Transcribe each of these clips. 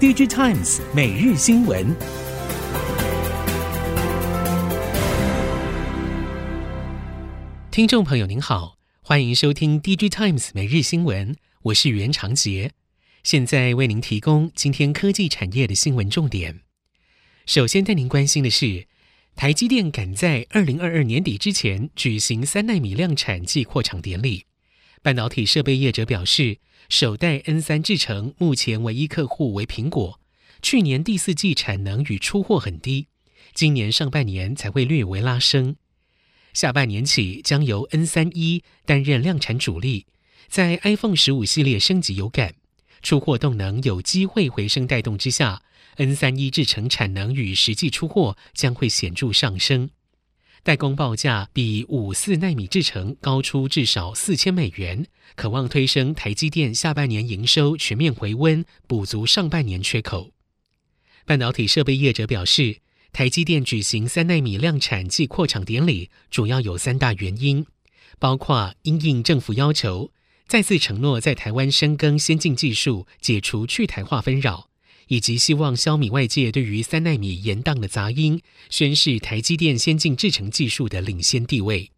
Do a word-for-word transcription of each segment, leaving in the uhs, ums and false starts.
D J Times 每日新闻。听众朋友您好，欢迎收听 D J Times 每日新闻，我是袁长杰，现在为您提供今天科技产业的新闻重点。首先带您关心的是，台积电赶在二零二二年底之前举行三奈米量产暨扩厂典礼。半导体设备业者表示，首代 N 三 制程目前唯一客户为苹果，去年第四季产能与出货很低，今年上半年才会略微拉升。下半年起将由 N 三 一 担任量产主力，在 iPhone 十五系列升级有感，出货动能有机会回升带动之下， N 三 一 制程产能与实际出货将会显著上升。代工报价比五四奈米制程高出至少四千美元，可望推升台积电下半年营收全面回温，补足上半年缺口。半导体设备业者表示，台积电举行三奈米量产暨扩厂典礼，主要有三大原因，包括因应政府要求，再次承诺在台湾深耕先进技术，解除去台化纷扰，以及希望消弭外界对于三奈米延宕的杂音，宣示台积电先进制程技术的领先地位。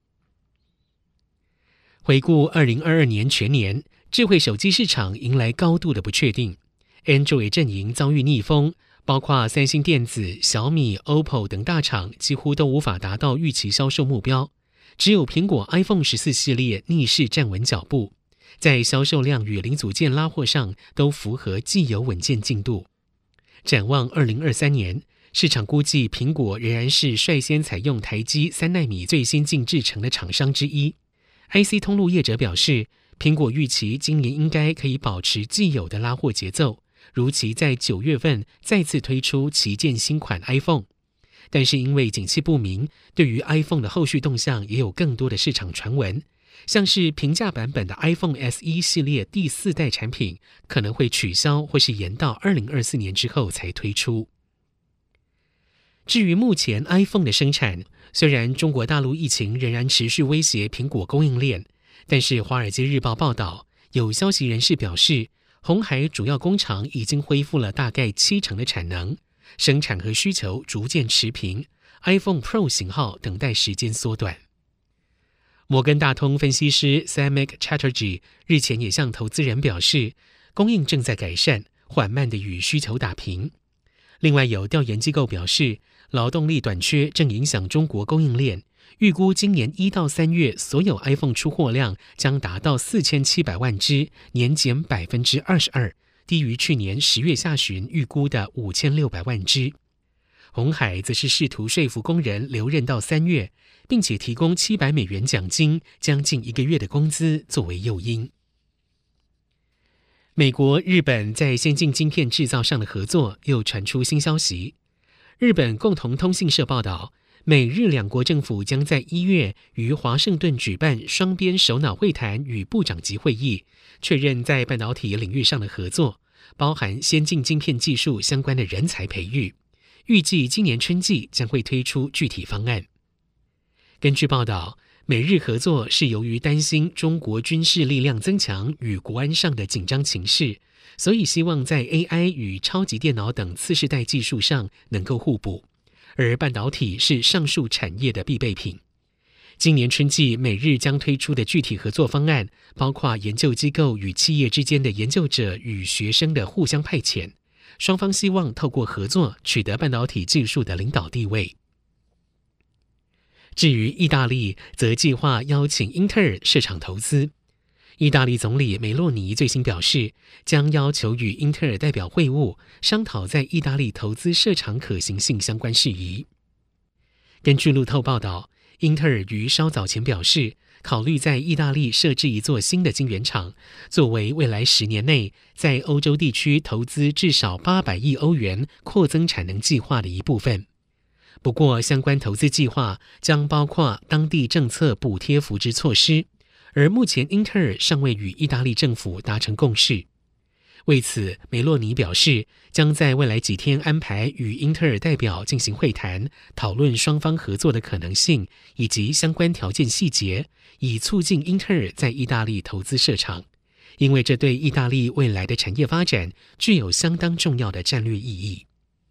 回顾二零二二年全年，智慧手机市场迎来高度的不确定， Android 阵营遭遇逆风，包括三星电子、小米、O P P O 等大厂几乎都无法达到预期销售目标，只有苹果 iPhone 十四系列逆势站稳脚步，在销售量与零组件拉货上都符合既有稳健进度。展望二零二三年，市场估计苹果仍然是率先采用台积三奈米最先进制程的厂商之一。I C 通路业者表示，苹果预期今年应该可以保持既有的拉货节奏，如其在九月份再次推出旗舰新款 iPhone。但是因为景气不明，对于 iPhone 的后续动向也有更多的市场传闻，像是平价版本的 iPhone S E 系列第四代产品可能会取消或是延到二零二四年之后才推出。至于目前 iPhone 的生产，虽然中国大陆疫情仍然持续威胁苹果供应链，但是华尔街日报报道，有消息人士表示，鸿海主要工厂已经恢复了大概七成的产能，生产和需求逐渐持平， iPhone Pro 型号等待时间缩短。摩根大通分析师 Samik Chatterjee 日前也向投资人表示，供应正在改善，缓慢地与需求打平。另外有调研机构表示，劳动力短缺正影响中国供应链，预估今年一到三月所有 iPhone 出货量将达到四千七百万只，年减 百分之二十二， 低于去年十月下旬预估的五千六百万只。鸿海则是试图说服工人留任到三月，并且提供七百美元奖金，将近一个月的工资作为诱因。美国、日本在先进晶片制造上的合作又传出新消息。日本共同通信社报道，美日两国政府将在一月于华盛顿举办双边首脑会谈与部长级会议，确认在半导体领域上的合作，包含先进晶片技术相关的人才培育。预计今年春季将会推出具体方案。根据报道，美日合作是由于担心中国军事力量增强与国安上的紧张情势，所以希望在 A I 与超级电脑等次世代技术上能够互补，而半导体是上述产业的必备品。今年春季美日将推出的具体合作方案，包括研究机构与企业之间的研究者与学生的互相派遣，双方希望透过合作取得半导体技术的领导地位。至于意大利，则计划邀请英特尔设厂投资。意大利总理梅洛尼最新表示，将要求与英特尔代表会晤，商讨在意大利投资设厂可行性相关事宜。根据路透报道，英特尔于稍早前表示，考虑在意大利设置一座新的晶圆厂，作为未来十年内在欧洲地区投资至少八百亿欧元扩增产能计划的一部分。不过，相关投资计划将包括当地政策补贴扶植措施，而目前英特尔尚未与意大利政府达成共识。为此，梅洛尼表示，将在未来几天安排与英特尔代表进行会谈，讨论双方合作的可能性以及相关条件细节，以促进英特尔在意大利投资设厂。 因为这对意大利未来的产业发展具有相当重要的战略意义。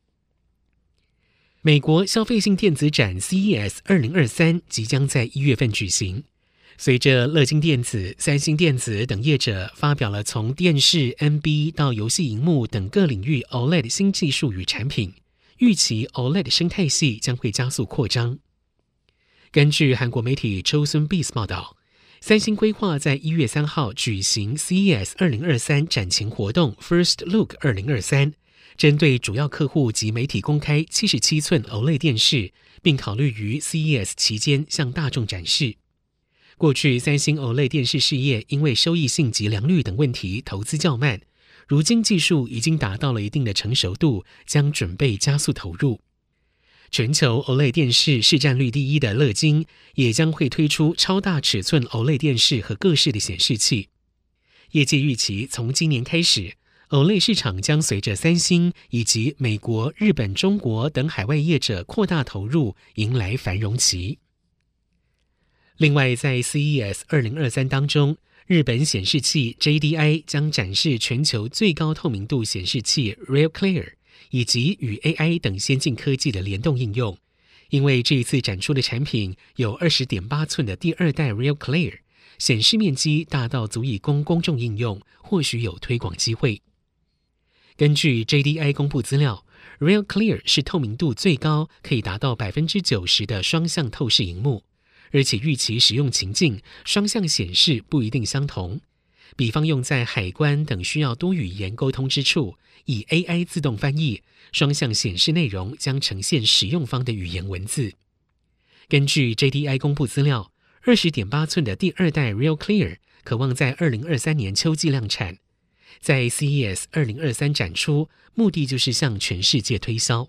美国消费性电子展 C E S 二零二三 即将在一月份举行，随着乐金电子、三星电子等业者发表了从电视、N B 到游戏萤幕等各领域 O L E D 新技术与产品，预期 O L E D 生态系将会加速扩张。根据韩国媒体周孙 Biz 报道，三星规划在一月三号举行 C E S 二零二三 展前活动 First Look 二零二三，针对主要客户及媒体公开七十七寸 O L E D 电视，并考虑于 C E S 期间向大众展示。过去三星 O L E D 电视事业因为收益性及良率等问题投资较慢，如今技术已经达到了一定的成熟度，将准备加速投入。全球 O L E D 电视市占率第一的乐金也将会推出超大尺寸 O L E D 电视和各式的显示器。业界预期从今年开始， O L E D 市场将随着三星以及美国、日本、中国等海外业者扩大投入，迎来繁荣期。另外，在 C E S 二零二三 当中，日本显示器 J D I 将展示全球最高透明度显示器 Real Clear， 以及与 A I 等先进科技的联动应用。因为这一次展出的产品有 二十点八寸的第二代 Real Clear， 显示面积大到足以供公众应用，或许有推广机会。根据 J D I 公布资料， Real Clear 是透明度最高，可以达到 百分之九十 的双向透视萤幕，而且预期使用情境双向显示不一定相同，比方用在海关等需要多语言沟通之处，以 A I 自动翻译，双向显示内容将呈现使用方的语言文字。根据 J D I 公布资料， 二十点八寸的第二代 Real Clear 可望在二零二三年秋季量产，在 C E S 二零二三 展出，目的就是向全世界推销。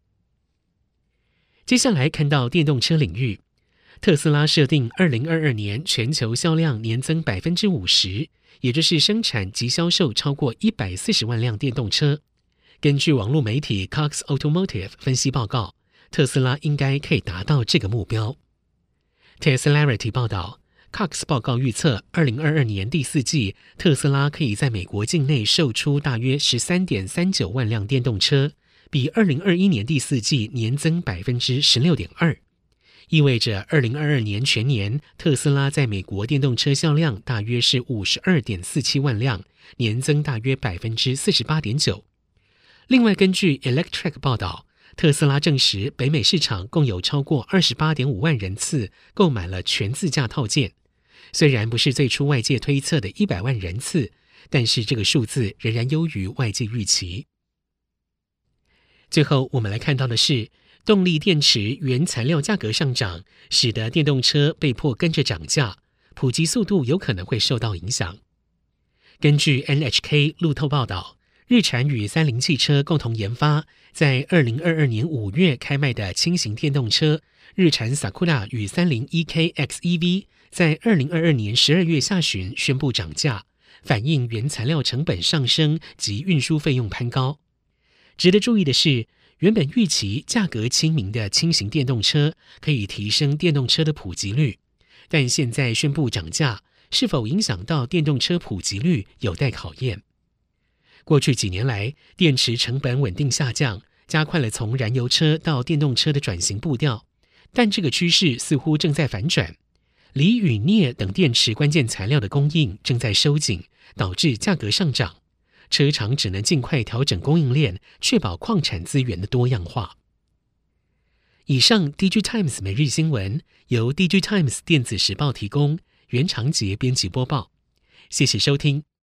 接下来看到电动车领域，特斯拉设定二零二二年全球销量年增 百分之五十， 也就是生产及销售超过一百四十万辆电动车。根据网络媒体 Cox Automotive 分析报告，特斯拉应该可以达到这个目标。Teslarity 报道， Cox 报告预测二零二二年第四季，特斯拉可以在美国境内售出大约 十三点三九万辆电动车，比二零二一年第四季年增 百分之十六点二，意味着二零二二年全年特斯拉在美国电动车销量大约是 五十二点四七万辆，年增大约 百分之四十八点九。 另外，根据 Electrek 报道，特斯拉证实北美市场共有超过 二十八点五万人次购买了全自驾套件，虽然不是最初外界推测的一百万人次，但是这个数字仍然优于外界预期。最后我们来看到的是，动力电池原材料价格上涨，使得电动车被迫跟着涨价，普及速度有可能会受到影响。根据 N H K 路透报道，日产与三菱汽车共同研发，在二零二二年五月开卖的轻型电动车日产 Sakura 与三菱 E K X E V， 在二零二二年十二月下旬宣布涨价，反映原材料成本上升及运输费用攀高。值得注意的是，原本预期价格亲民的轻型电动车可以提升电动车的普及率，但现在宣布涨价，是否影响到电动车普及率有待考验。过去几年来，电池成本稳定下降，加快了从燃油车到电动车的转型步调，但这个趋势似乎正在反转。锂与镍等电池关键材料的供应正在收紧，导致价格上涨。车厂只能尽快调整供应链，确保矿产资源的多样化。以上 D G Times 每日新闻由 D G Times 电子时报提供，袁长杰编辑播报。谢谢收听。